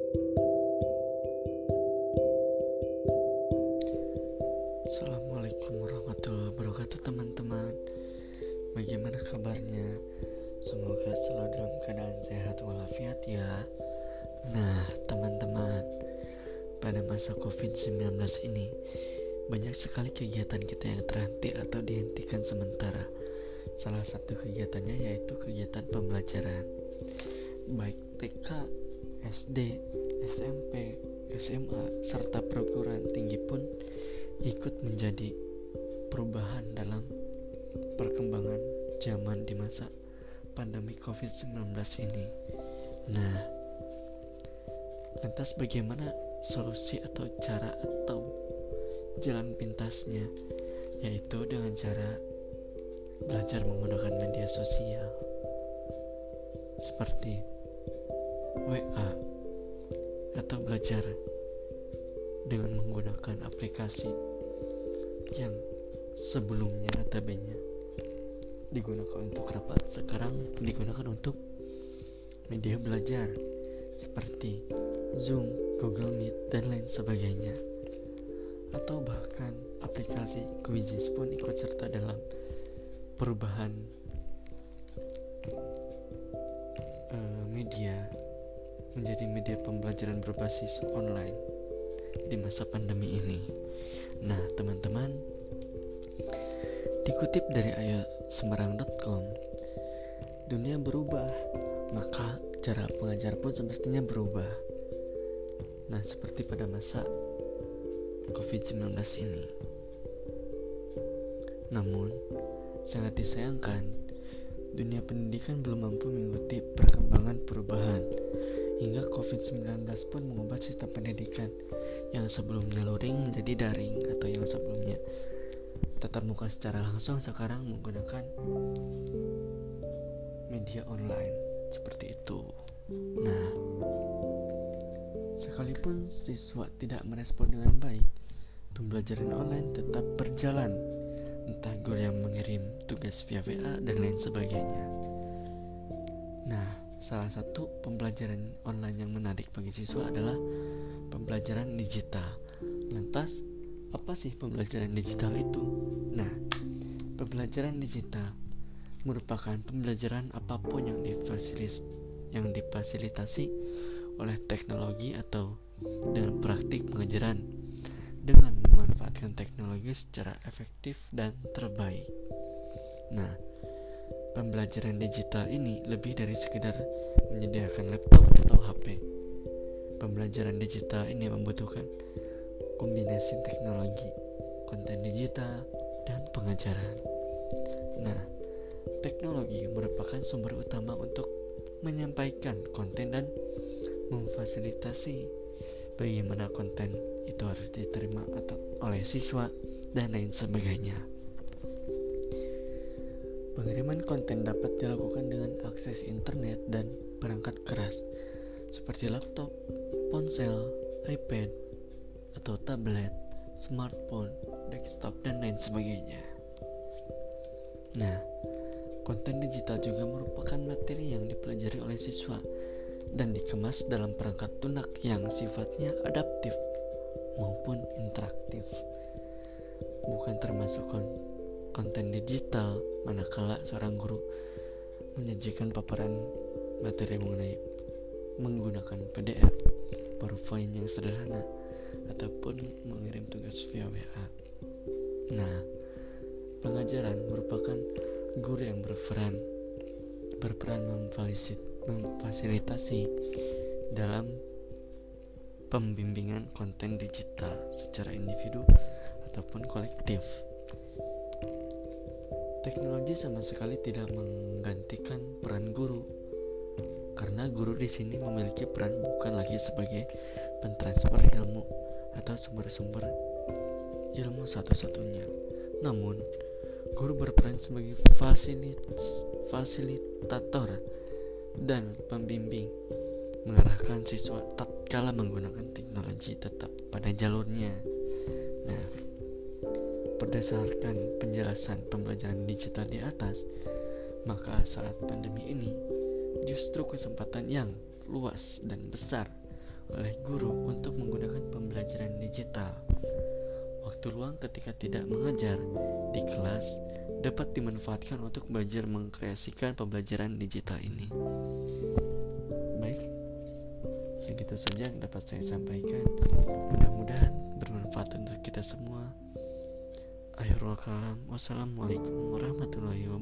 Assalamualaikum warahmatullahi wabarakatuh teman-teman. Bagaimana kabarnya? Semoga selalu dalam keadaan sehat walafiat ya. Nah teman-teman, pada masa COVID-19 ini banyak sekali kegiatan kita yang terhenti atau dihentikan sementara. Salah satu kegiatannya yaitu kegiatan pembelajaran, baik TK, SD, SMP, SMA, serta perguruan tinggi pun ikut menjadi perubahan dalam perkembangan zaman di masa pandemi COVID-19 ini. Nah, lantas bagaimana solusi atau cara atau jalan pintasnya? Yaitu dengan cara belajar menggunakan media sosial seperti WA, atau belajar dengan menggunakan aplikasi yang sebelumnya notabene digunakan untuk rapat, sekarang digunakan untuk media belajar seperti Zoom, Google Meet, dan lain sebagainya. Atau bahkan aplikasi Quizzes pun ikut serta dalam perubahan media menjadi media pembelajaran berbasis online di masa pandemi ini. Nah teman-teman, dikutip dari ayosemarang.com, dunia berubah, maka cara pengajar pun semestinya berubah. Nah seperti pada masa COVID-19 ini. Namun sangat disayangkan, dunia pendidikan belum mampu mengikuti perkembangan perubahan, hingga COVID-19 pun mengubah sistem pendidikan yang sebelumnya luring menjadi daring, atau yang sebelumnya tatap muka secara langsung sekarang menggunakan media online seperti itu. Nah, sekalipun siswa tidak merespon dengan baik, pembelajaran online tetap berjalan, entah guru yang mengirim tugas via WA dan lain sebagainya. Nah, salah satu pembelajaran online yang menarik bagi siswa adalah pembelajaran digital. Lantas, apa sih pembelajaran digital itu? Nah, pembelajaran digital merupakan pembelajaran apapun yang difasilitasi oleh teknologi atau dengan praktik pengajaran dengan memanfaatkan teknologi secara efektif dan terbaik. Nah, pembelajaran digital ini lebih dari sekedar menyediakan laptop atau HP. Pembelajaran digital ini membutuhkan kombinasi teknologi, konten digital, dan pengajaran. Nah, teknologi merupakan sumber utama untuk menyampaikan konten dan memfasilitasi bagaimana konten itu harus diterima atau oleh siswa dan lain sebagainya. Pengiriman konten dapat dilakukan dengan akses internet dan perangkat keras seperti laptop, ponsel, iPad, atau tablet, smartphone, desktop, dan lain sebagainya. Nah, konten digital juga merupakan materi yang dipelajari oleh siswa dan dikemas dalam perangkat lunak yang sifatnya adaptif maupun interaktif. Bukan termasuk konten digital manakala seorang guru menyajikan paparan materi mengenai menggunakan PDF, PowerPoint yang sederhana, ataupun mengirim tugas via WA. Nah, pengajaran merupakan guru yang berperan memfasilitasi dalam pembimbingan konten digital secara individu ataupun kolektif. Teknologi sama sekali tidak menggantikan peran guru, karena guru di sini memiliki peran bukan lagi sebagai pentransfer ilmu atau sumber-sumber ilmu satu-satunya. Namun, guru berperan sebagai fasilitator dan pembimbing, mengarahkan siswa tatkala menggunakan teknologi tetap pada jalurnya. Nah, berdasarkan penjelasan pembelajaran digital di atas, maka saat pandemi ini justru kesempatan yang luas dan besar oleh guru untuk menggunakan pembelajaran digital. Waktu luang ketika tidak mengajar di kelas dapat dimanfaatkan untuk belajar mengkreasikan pembelajaran digital ini. Baik, segitu saja yang dapat saya sampaikan. Mudah-mudahan bermanfaat untuk kita semua. Akhirul kalam, wassalamualaikum warahmatullahi wabarakatuh.